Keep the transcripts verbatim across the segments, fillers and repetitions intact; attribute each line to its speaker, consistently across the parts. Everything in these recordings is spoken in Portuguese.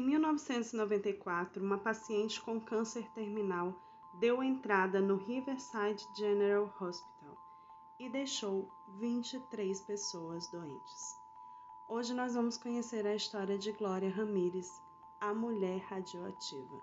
Speaker 1: mil novecentos e noventa e quatro, uma paciente com câncer terminal deu entrada no Riverside General Hospital e deixou vinte e três pessoas doentes. Hoje nós vamos conhecer a história de Glória Ramírez, a mulher radioativa.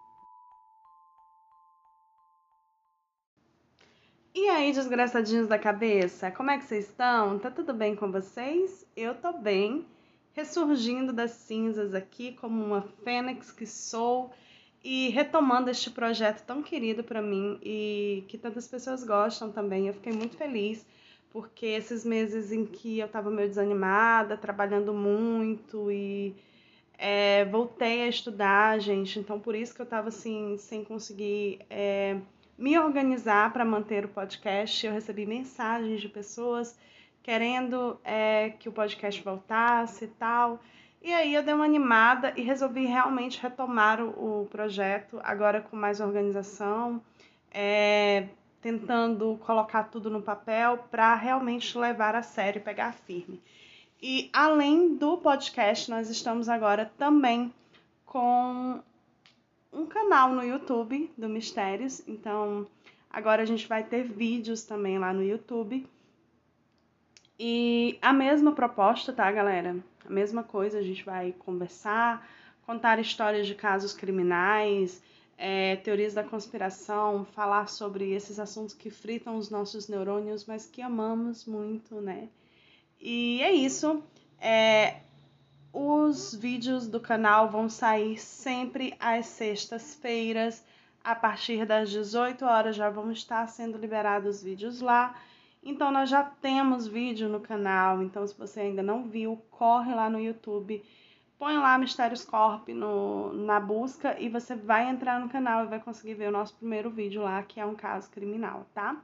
Speaker 1: E aí, desgraçadinhos da cabeça, como é que vocês estão? Tá tudo bem com vocês? Eu tô bem, ressurgindo das cinzas aqui como uma fênix que sou e retomando este projeto tão querido para mim e que tantas pessoas gostam também. Eu fiquei muito feliz porque esses meses em que eu tava meio desanimada, trabalhando muito e é, voltei a estudar, gente, então por isso que eu tava assim, sem conseguir... É, me organizar para manter o podcast. Eu recebi mensagens de pessoas querendo é, que o podcast voltasse e tal. E aí eu dei uma animada e resolvi realmente retomar o, o projeto, agora com mais organização, é, tentando colocar tudo no papel para realmente levar a sério e pegar firme. E além do podcast, nós estamos agora também com um canal no YouTube do Mistérios, então agora a gente vai ter vídeos também lá no YouTube. E a mesma proposta, tá, galera? A mesma coisa, a gente vai conversar, contar histórias de casos criminais, é, teorias da conspiração, falar sobre esses assuntos que fritam os nossos neurônios, mas que amamos muito, né? E é isso. É, Os vídeos do canal vão sair sempre às sextas-feiras, a partir das dezoito horas já vão estar sendo liberados os vídeos lá. Então nós já temos vídeo no canal, então se você ainda não viu, corre lá no YouTube, põe lá Mistérios Corp no, na busca e você vai entrar no canal e vai conseguir ver o nosso primeiro vídeo lá, que é um caso criminal, tá?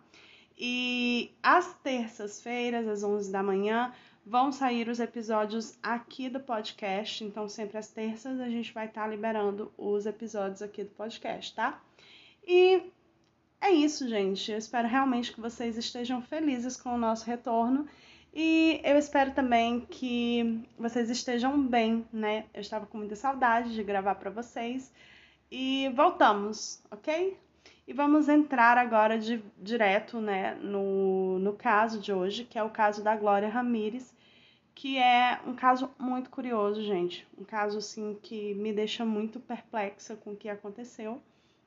Speaker 1: E às terças-feiras, às onze da manhã, vão sair os episódios aqui do podcast, então sempre às terças a gente vai estar liberando os episódios aqui do podcast, tá? E é isso, gente. Eu espero realmente que vocês estejam felizes com o nosso retorno e eu espero também que vocês estejam bem, né? Eu estava com muita saudade de gravar para vocês e voltamos, ok? E vamos entrar agora de, direto, né, no, no caso de hoje, que é o caso da Glória Ramírez, que é um caso muito curioso, gente. Um caso, assim, que me deixa muito perplexa com o que aconteceu.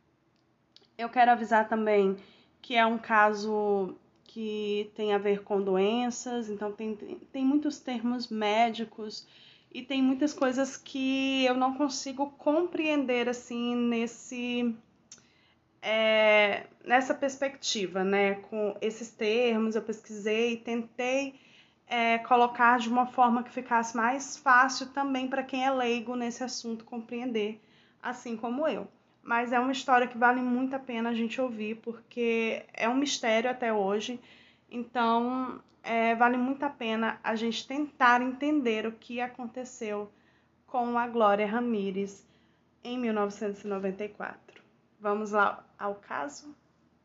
Speaker 1: Eu quero avisar também que é um caso que tem a ver com doenças, então tem, tem muitos termos médicos e tem muitas coisas que eu não consigo compreender, assim, nesse... É, nessa perspectiva, né, com esses termos, eu pesquisei e tentei é, colocar de uma forma que ficasse mais fácil também para quem é leigo nesse assunto compreender, assim como eu. Mas é uma história que vale muito a pena a gente ouvir, porque é um mistério até hoje, então é, vale muito a pena a gente tentar entender o que aconteceu com a Glória Ramírez em mil novecentos e noventa e quatro. Vamos lá ao caso?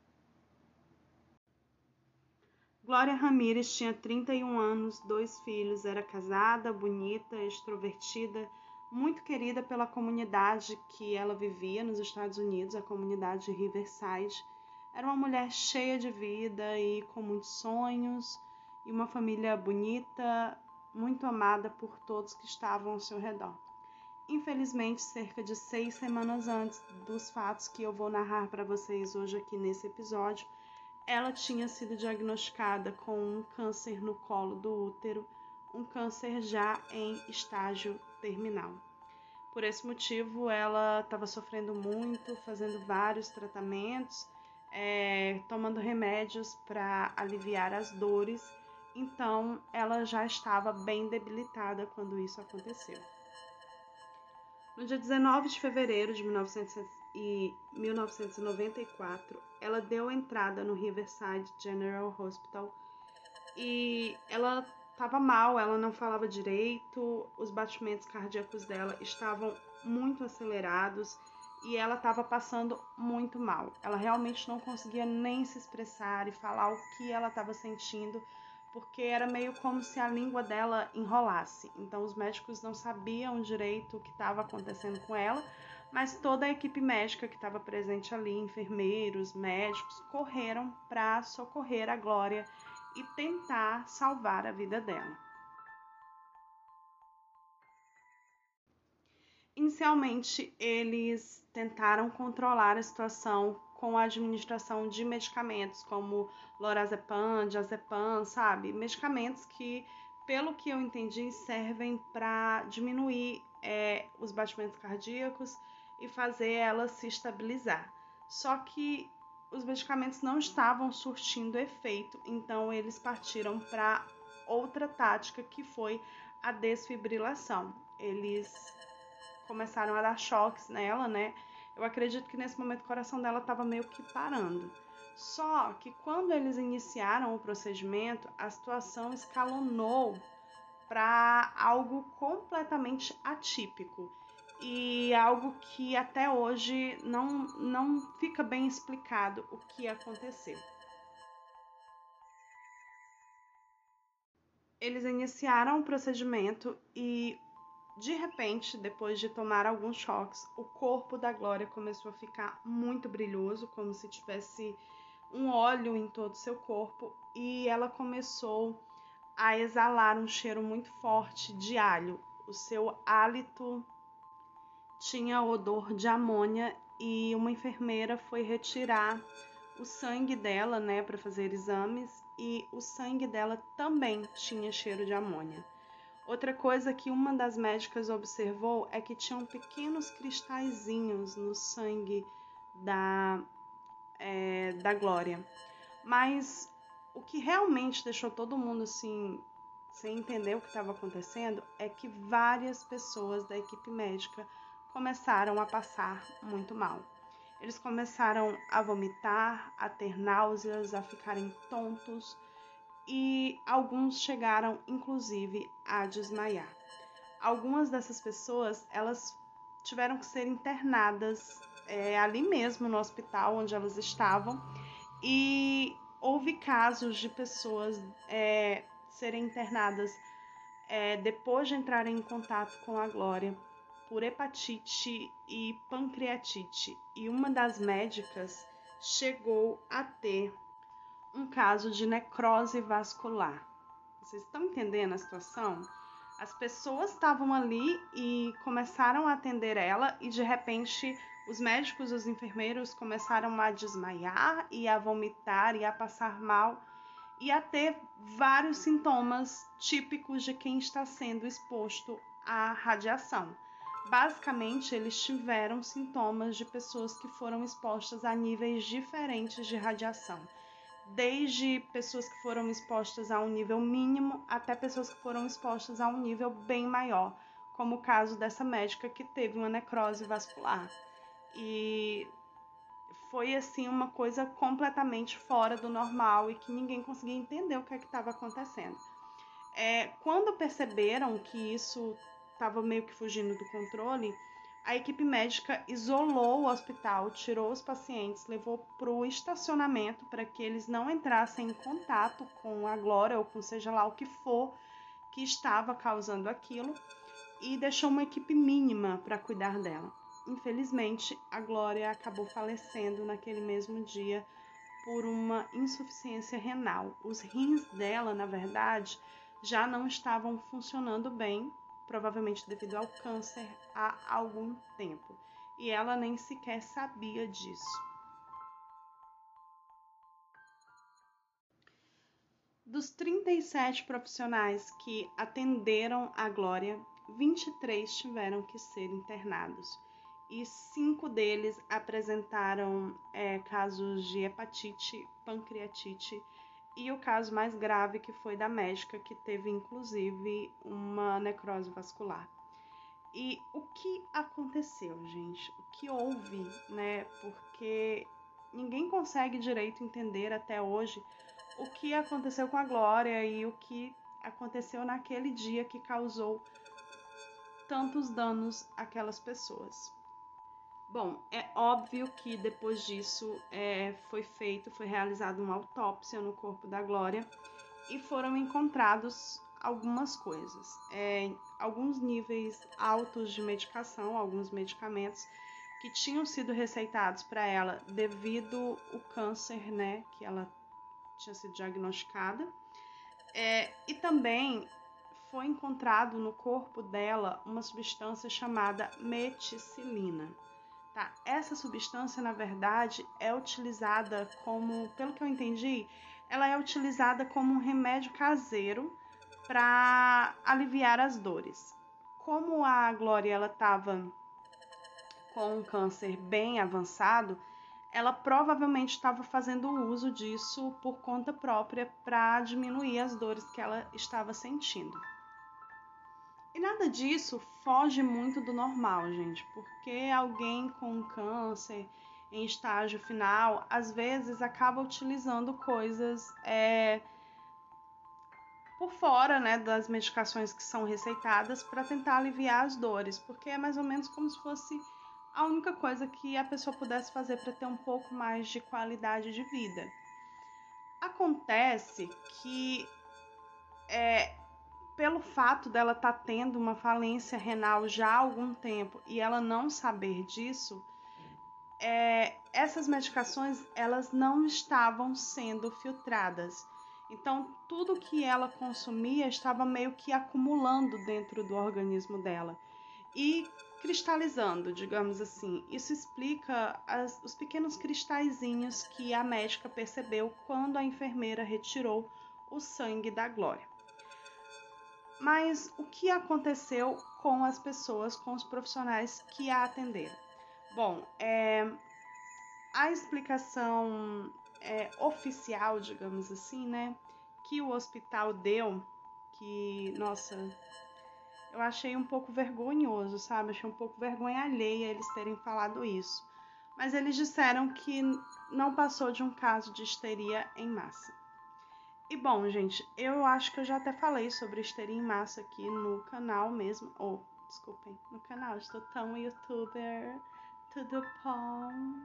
Speaker 1: Glória Ramírez tinha trinta e um anos, dois filhos, era casada, bonita, extrovertida, muito querida pela comunidade que ela vivia nos Estados Unidos, a comunidade de Riverside. Era uma mulher cheia de vida e com muitos sonhos, e uma família bonita, muito amada por todos que estavam ao seu redor. Infelizmente, cerca de seis semanas antes dos fatos que eu vou narrar para vocês hoje aqui nesse episódio, ela tinha sido diagnosticada com um câncer no colo do útero, um câncer já em estágio terminal. Por esse motivo, ela estava sofrendo muito, fazendo vários tratamentos, é, tomando remédios para aliviar as dores, então ela já estava bem debilitada quando isso aconteceu. No dia dezenove de fevereiro de mil novecentos e noventa e quatro, ela deu entrada no Riverside General Hospital e ela estava mal, ela não falava direito, os batimentos cardíacos dela estavam muito acelerados e ela estava passando muito mal. Ela realmente não conseguia nem se expressar e falar o que ela estava sentindo, porque era meio como se a língua dela enrolasse. Então os médicos não sabiam direito o que estava acontecendo com ela, mas toda a equipe médica que estava presente ali, enfermeiros, médicos, correram para socorrer a Glória e tentar salvar a vida dela. Inicialmente, eles tentaram controlar a situação com a administração de medicamentos como lorazepam, diazepam, sabe? Medicamentos que, pelo que eu entendi, servem para diminuir é, os batimentos cardíacos e fazer ela se estabilizar. Só que os medicamentos não estavam surtindo efeito, então eles partiram para outra tática que foi a desfibrilação. Eles começaram a dar choques nela, né? Eu acredito que nesse momento o coração dela estava meio que parando. Só que quando eles iniciaram o procedimento, a situação escalonou para algo completamente atípico e algo que até hoje não, não fica bem explicado o que aconteceu. Eles iniciaram o procedimento e, de repente, depois de tomar alguns choques, o corpo da Glória começou a ficar muito brilhoso, como se tivesse um óleo em todo o seu corpo, e ela começou a exalar um cheiro muito forte de alho. O seu hálito tinha odor de amônia e uma enfermeira foi retirar o sangue dela, né, para fazer exames, e o sangue dela também tinha cheiro de amônia. Outra coisa que uma das médicas observou é que tinham pequenos cristalzinhos no sangue da, é, da Glória. Mas o que realmente deixou todo mundo assim, sem entender o que estava acontecendo é que várias pessoas da equipe médica começaram a passar muito mal. Eles começaram a vomitar, a ter náuseas, a ficarem tontos e alguns chegaram inclusive a desmaiar. Algumas dessas pessoas, elas tiveram que ser internadas é, ali mesmo no hospital onde elas estavam, e houve casos de pessoas é, serem internadas é, depois de entrarem em contato com a Glória por hepatite e pancreatite, e uma das médicas chegou a ter um caso de necrose vascular. Vocês estão entendendo a situação? As pessoas estavam ali e começaram a atender ela e de repente os médicos e os enfermeiros começaram a desmaiar e a vomitar e a passar mal e a ter vários sintomas típicos de quem está sendo exposto à radiação. Basicamente, eles tiveram sintomas de pessoas que foram expostas a níveis diferentes de radiação, desde pessoas que foram expostas a um nível mínimo até pessoas que foram expostas a um nível bem maior, como o caso dessa médica que teve uma necrose vascular. E foi assim uma coisa completamente fora do normal e que ninguém conseguia entender o que é que estava acontecendo. É, quando perceberam que isso estava meio que fugindo do controle, a equipe médica isolou o hospital, tirou os pacientes, levou para o estacionamento para que eles não entrassem em contato com a Glória ou com seja lá o que for que estava causando aquilo, e deixou uma equipe mínima para cuidar dela. Infelizmente, a Glória acabou falecendo naquele mesmo dia por uma insuficiência renal. Os rins dela, na verdade, já não estavam funcionando bem, provavelmente devido ao câncer, há algum tempo. E ela nem sequer sabia disso. Dos trinta e sete profissionais que atenderam a Glória, vinte e três tiveram que ser internados e cinco deles apresentaram é, casos de hepatite, pancreatite e o caso mais grave que foi da médica, que teve inclusive uma necrose vascular. E o que aconteceu, gente? O que houve, né? Porque ninguém consegue direito entender até hoje o que aconteceu com a Glória e o que aconteceu naquele dia que causou tantos danos àquelas pessoas. Bom, é óbvio que depois disso é, foi feito, foi realizada uma autópsia no corpo da Glória e foram encontrados algumas coisas, é, alguns níveis altos de medicação, alguns medicamentos que tinham sido receitados para ela devido ao câncer, né, que ela tinha sido diagnosticada, é, e também foi encontrado no corpo dela uma substância chamada meticilina. Tá? Essa substância, na verdade, é utilizada como, pelo que eu entendi, ela é utilizada como um remédio caseiro para aliviar as dores. Como a Glória ela estava com um câncer bem avançado, ela provavelmente estava fazendo uso disso por conta própria para diminuir as dores que ela estava sentindo. E nada disso foge muito do normal, gente, porque alguém com câncer em estágio final, às vezes acaba utilizando coisas é, por fora, né, das medicações que são receitadas para tentar aliviar as dores, porque é mais ou menos como se fosse a única coisa que a pessoa pudesse fazer para ter um pouco mais de qualidade de vida. Acontece que é, pelo fato dela estar tá tendo uma falência renal já há algum tempo e ela não saber disso, é, essas medicações elas não estavam sendo filtradas. Então, tudo que ela consumia estava meio que acumulando dentro do organismo dela e cristalizando, digamos assim. Isso explica as, os pequenos cristalzinhos que a médica percebeu quando a enfermeira retirou o sangue da Glória. Mas o que aconteceu com as pessoas, com os profissionais que a atenderam? Bom, é, a explicação é, oficial, digamos assim, né, que o hospital deu, que, nossa, eu achei um pouco vergonhoso, sabe? Achei um pouco vergonha alheia eles terem falado isso. Mas eles disseram que não passou de um caso de histeria em massa. E bom, gente, eu acho que eu já até falei sobre histeria em massa aqui no canal mesmo. Oh, desculpem, no canal, estou tão youtuber, tudo bom?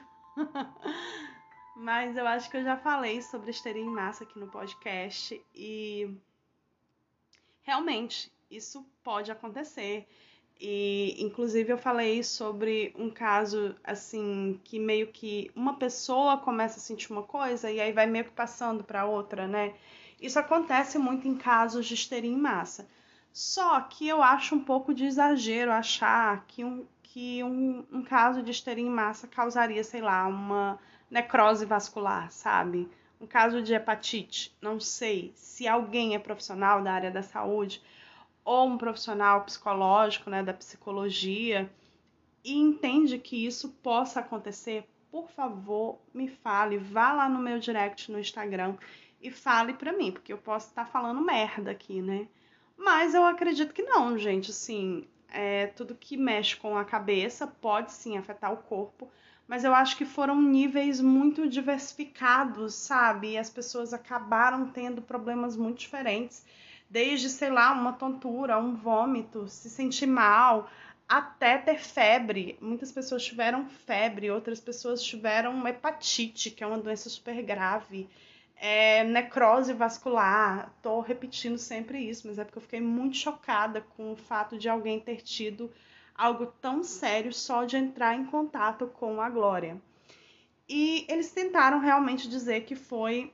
Speaker 1: Mas eu acho que eu já falei sobre histeria em massa aqui no podcast e realmente isso pode acontecer. E inclusive eu falei sobre um caso assim que meio que uma pessoa começa a sentir uma coisa e aí vai meio que passando para outra, né? Isso acontece muito em casos de histeria em massa. Só que eu acho um pouco de exagero achar que um, que um, um caso de histeria em massa causaria, sei lá, uma necrose vascular, sabe? Um caso de hepatite. Não sei se alguém é profissional da área da saúde ou um profissional psicológico, né, da psicologia, e entende que isso possa acontecer, por favor, me fale, vá lá no meu direct no Instagram e fale pra mim, porque eu posso estar falando merda aqui, né? Mas eu acredito que não, gente, assim, é, tudo que mexe com a cabeça pode sim afetar o corpo, mas eu acho que foram níveis muito diversificados, sabe? E as pessoas acabaram tendo problemas muito diferentes, desde, sei lá, uma tontura, um vômito, se sentir mal, até ter febre. Muitas pessoas tiveram febre, outras pessoas tiveram hepatite, que é uma doença super grave, é, necrose vascular. Tô repetindo sempre isso, mas é porque eu fiquei muito chocada com o fato de alguém ter tido algo tão sério só de entrar em contato com a Glória. E eles tentaram realmente dizer que foi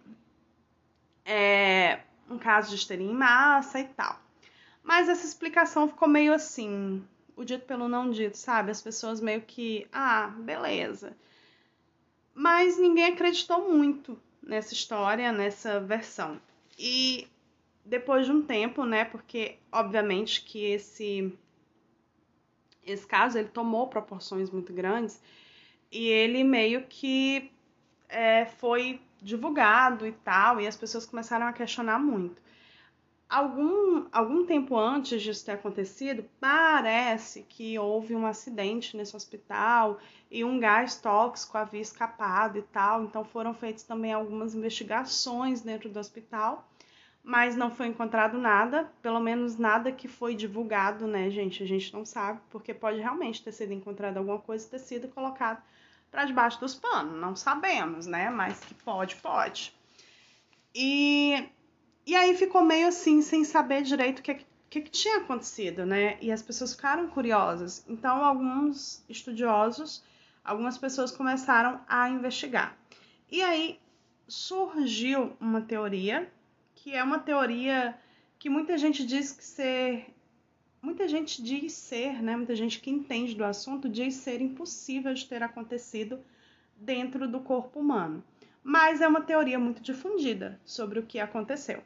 Speaker 1: é, um caso de histeria em massa e tal. Mas essa explicação ficou meio assim, o dito pelo não dito, sabe? As pessoas meio que, ah, beleza. Mas ninguém acreditou muito nessa história, nessa versão. E depois de um tempo, né, porque obviamente que esse esse caso ele tomou proporções muito grandes e ele meio que é, foi divulgado e tal, e as pessoas começaram a questionar muito. Algum, algum tempo antes disso ter acontecido, parece que houve um acidente nesse hospital e um gás tóxico havia escapado e tal. Então foram feitas também algumas investigações dentro do hospital, mas não foi encontrado nada, pelo menos nada que foi divulgado, né, gente? A gente não sabe, porque pode realmente ter sido encontrado alguma coisa e ter sido colocado para debaixo dos panos. Não sabemos, né? Mas que pode, pode. E E aí ficou meio assim, sem saber direito o que, que, que tinha acontecido, né? E as pessoas ficaram curiosas. Então, alguns estudiosos, algumas pessoas começaram a investigar. E aí surgiu uma teoria, que é uma teoria que muita gente diz que ser... Muita gente diz ser, né? Muita gente que entende do assunto diz ser impossível de ter acontecido dentro do corpo humano. Mas é uma teoria muito difundida sobre o que aconteceu.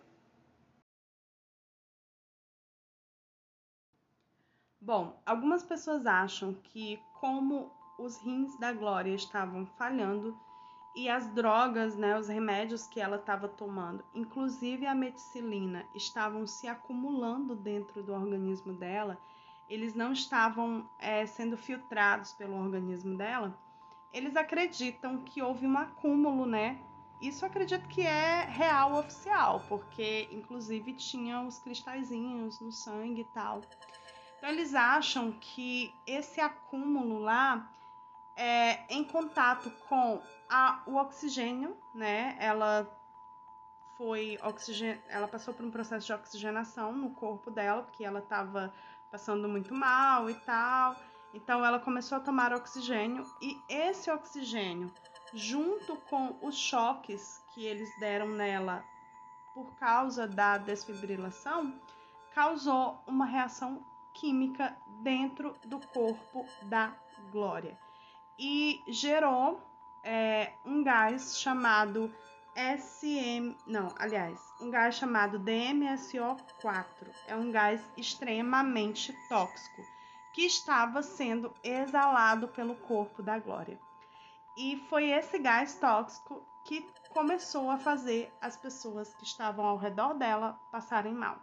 Speaker 1: Bom, algumas pessoas acham que como os rins da Glória estavam falhando e as drogas, né, os remédios que ela estava tomando, inclusive a meticilina, estavam se acumulando dentro do organismo dela, eles não estavam é, sendo filtrados pelo organismo dela, eles acreditam que houve um acúmulo, né? Isso eu acredito que é real oficial, porque inclusive tinha os cristalzinhos no sangue e tal. Então eles acham que esse acúmulo lá é em contato com a, o oxigênio, né? Ela foi oxigen... ela passou por um processo de oxigenação no corpo dela, porque ela estava passando muito mal e tal. Então ela começou a tomar oxigênio e esse oxigênio, junto com os choques que eles deram nela por causa da desfibrilação, causou uma reação química dentro do corpo da Glória e gerou é, um gás chamado S M, não, aliás, um gás chamado D M S O quatro. É um gás extremamente tóxico que estava sendo exalado pelo corpo da Glória. E foi esse gás tóxico que começou a fazer as pessoas que estavam ao redor dela passarem mal.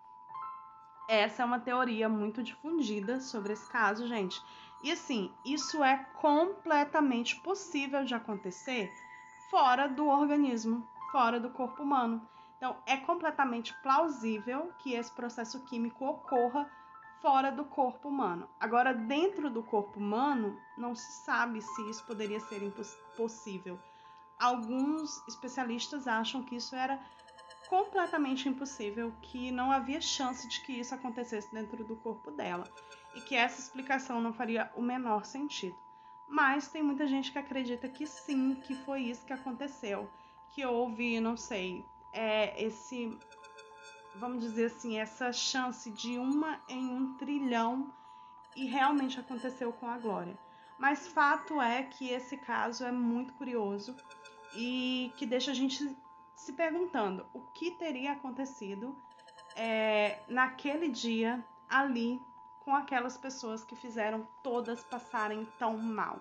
Speaker 1: Essa é uma teoria muito difundida sobre esse caso, gente. E assim, isso é completamente possível de acontecer fora do organismo, fora do corpo humano. Então, é completamente plausível que esse processo químico ocorra fora do corpo humano. Agora, dentro do corpo humano, não se sabe se isso poderia ser possível. Alguns especialistas acham que isso era completamente impossível, que não havia chance de que isso acontecesse dentro do corpo dela e que essa explicação não faria o menor sentido. Mas tem muita gente que acredita que sim, que foi isso que aconteceu, que houve, não sei, é, esse, vamos dizer assim, essa chance de uma em um trilhão e realmente aconteceu com a Glória. Mas fato é que esse caso é muito curioso e que deixa a gente se perguntando o que teria acontecido é, naquele dia ali com aquelas pessoas que fizeram todas passarem tão mal.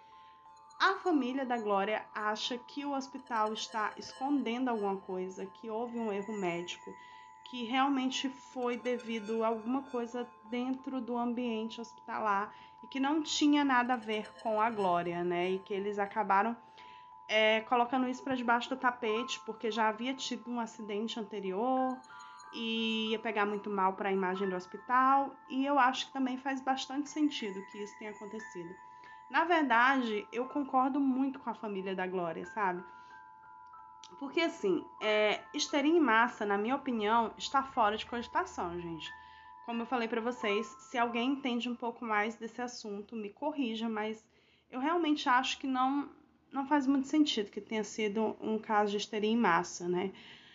Speaker 1: A família da Glória acha que o hospital está escondendo alguma coisa, que houve um erro médico, que realmente foi devido a alguma coisa dentro do ambiente hospitalar e que não tinha nada a ver com a Glória, né? E que eles acabaram É, colocando isso para debaixo do tapete, porque já havia tido um acidente anterior e ia pegar muito mal para a imagem do hospital, e eu acho que também faz bastante sentido que isso tenha acontecido. Na verdade, eu concordo muito com a família da Glória, sabe? Porque, assim, é, histeria em massa, na minha opinião, está fora de cogitação, gente. Como eu falei para vocês, se alguém entende um pouco mais desse assunto, me corrija, mas eu realmente acho que não, não faz muito sentido que tenha sido um caso de histeria em massa, né?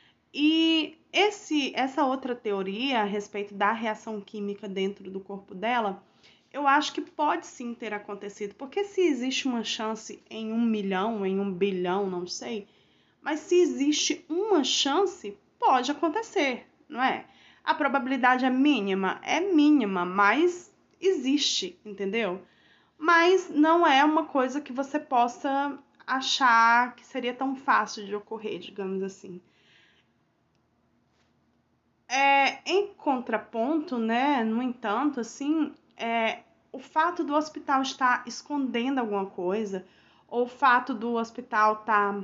Speaker 1: E esse, essa outra teoria a respeito da reação química dentro do corpo dela, eu acho que pode sim ter acontecido, porque se existe uma chance em um milhão, em um bilhão, não sei, mas se existe uma chance, pode acontecer, não é? A probabilidade é mínima? É mínima, mas existe, entendeu? Mas não é uma coisa que você possa achar que seria tão fácil de ocorrer, digamos assim. É, em contraponto, né, no entanto, assim, é, o fato do hospital estar escondendo alguma coisa, ou o fato do hospital estar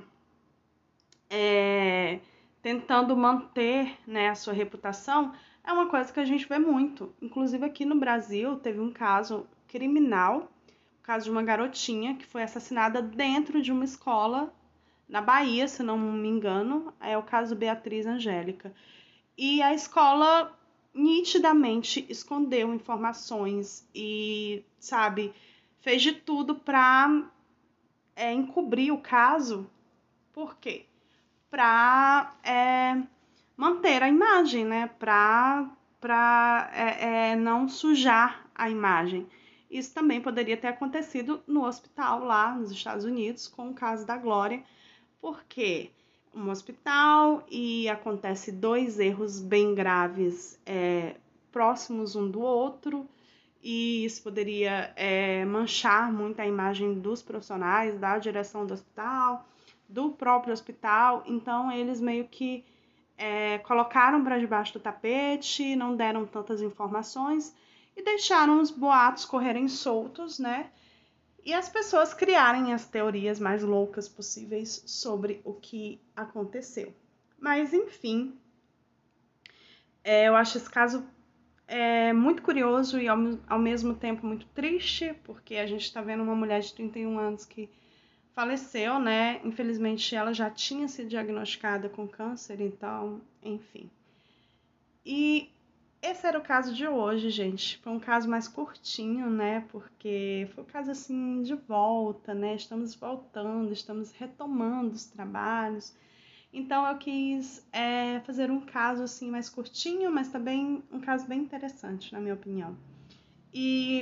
Speaker 1: é, tentando manter, né, a sua reputação, é uma coisa que a gente vê muito. Inclusive aqui no Brasil teve um caso criminal, o caso de uma garotinha que foi assassinada dentro de uma escola na Bahia, se não me engano, é o caso Beatriz Angélica. E a escola nitidamente escondeu informações e, sabe, fez de tudo para é, encobrir o caso. Por quê? Para é, manter a imagem, né? Para para é, é, não sujar a imagem. Isso também poderia ter acontecido no hospital lá nos Estados Unidos com o caso da Glória, porque um hospital e acontece dois erros bem graves é, próximos um do outro, e isso poderia é, manchar muito a imagem dos profissionais, da direção do hospital, do próprio hospital. Então eles meio que é, colocaram para debaixo do tapete, não deram tantas informações e deixaram os boatos correrem soltos, né? E as pessoas criarem as teorias mais loucas possíveis sobre o que aconteceu. Mas, enfim, é, eu acho esse caso é, muito curioso e, ao, ao mesmo tempo, muito triste, porque a gente está vendo uma mulher de trinta e um anos que faleceu, né? Infelizmente, ela já tinha sido diagnosticada com câncer, então, enfim. E esse era o caso de hoje, gente. Foi um caso mais curtinho, né? Porque foi um caso assim de volta, né? Estamos voltando, estamos retomando os trabalhos. Então eu quis é, fazer um caso assim mais curtinho, mas também um caso bem interessante, na minha opinião. E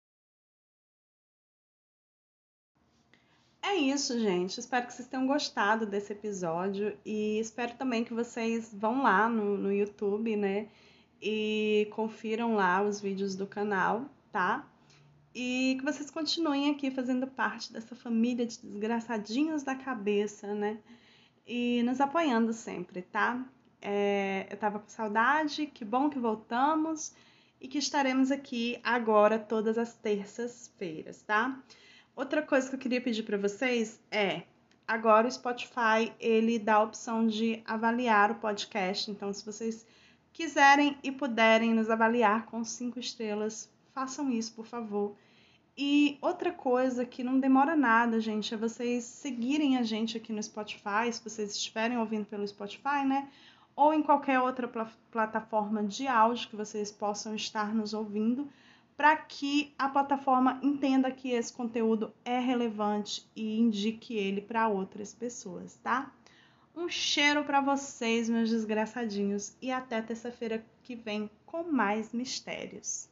Speaker 1: é isso, gente. Espero que vocês tenham gostado desse episódio e espero também que vocês vão lá no, no YouTube, né? E confiram lá os vídeos do canal, tá? E que vocês continuem aqui fazendo parte dessa família de desgraçadinhos da cabeça, né? E nos apoiando sempre, tá? É, eu tava com saudade, que bom que voltamos e que estaremos aqui agora todas as terças-feiras, tá? Outra coisa que eu queria pedir para vocês é, agora o Spotify, ele dá a opção de avaliar o podcast, então se vocês quiserem e puderem nos avaliar com cinco estrelas, façam isso, por favor. E outra coisa que não demora nada, gente, é vocês seguirem a gente aqui no Spotify, se vocês estiverem ouvindo pelo Spotify, né? Ou em qualquer outra pl- plataforma de áudio que vocês possam estar nos ouvindo, para que a plataforma entenda que esse conteúdo é relevante e indique ele para outras pessoas, tá? Um cheiro para vocês, meus desgraçadinhos, e até terça-feira que vem com mais mistérios.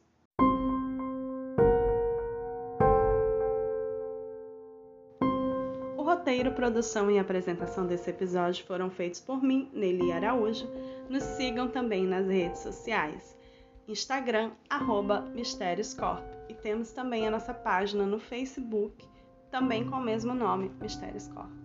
Speaker 1: O roteiro, produção e apresentação desse episódio foram feitos por mim, Nelly Araújo. Nos sigam também nas redes sociais. Instagram, arroba Mistérios Corp. E temos também a nossa página no Facebook, também com o mesmo nome, Mistérios Corp.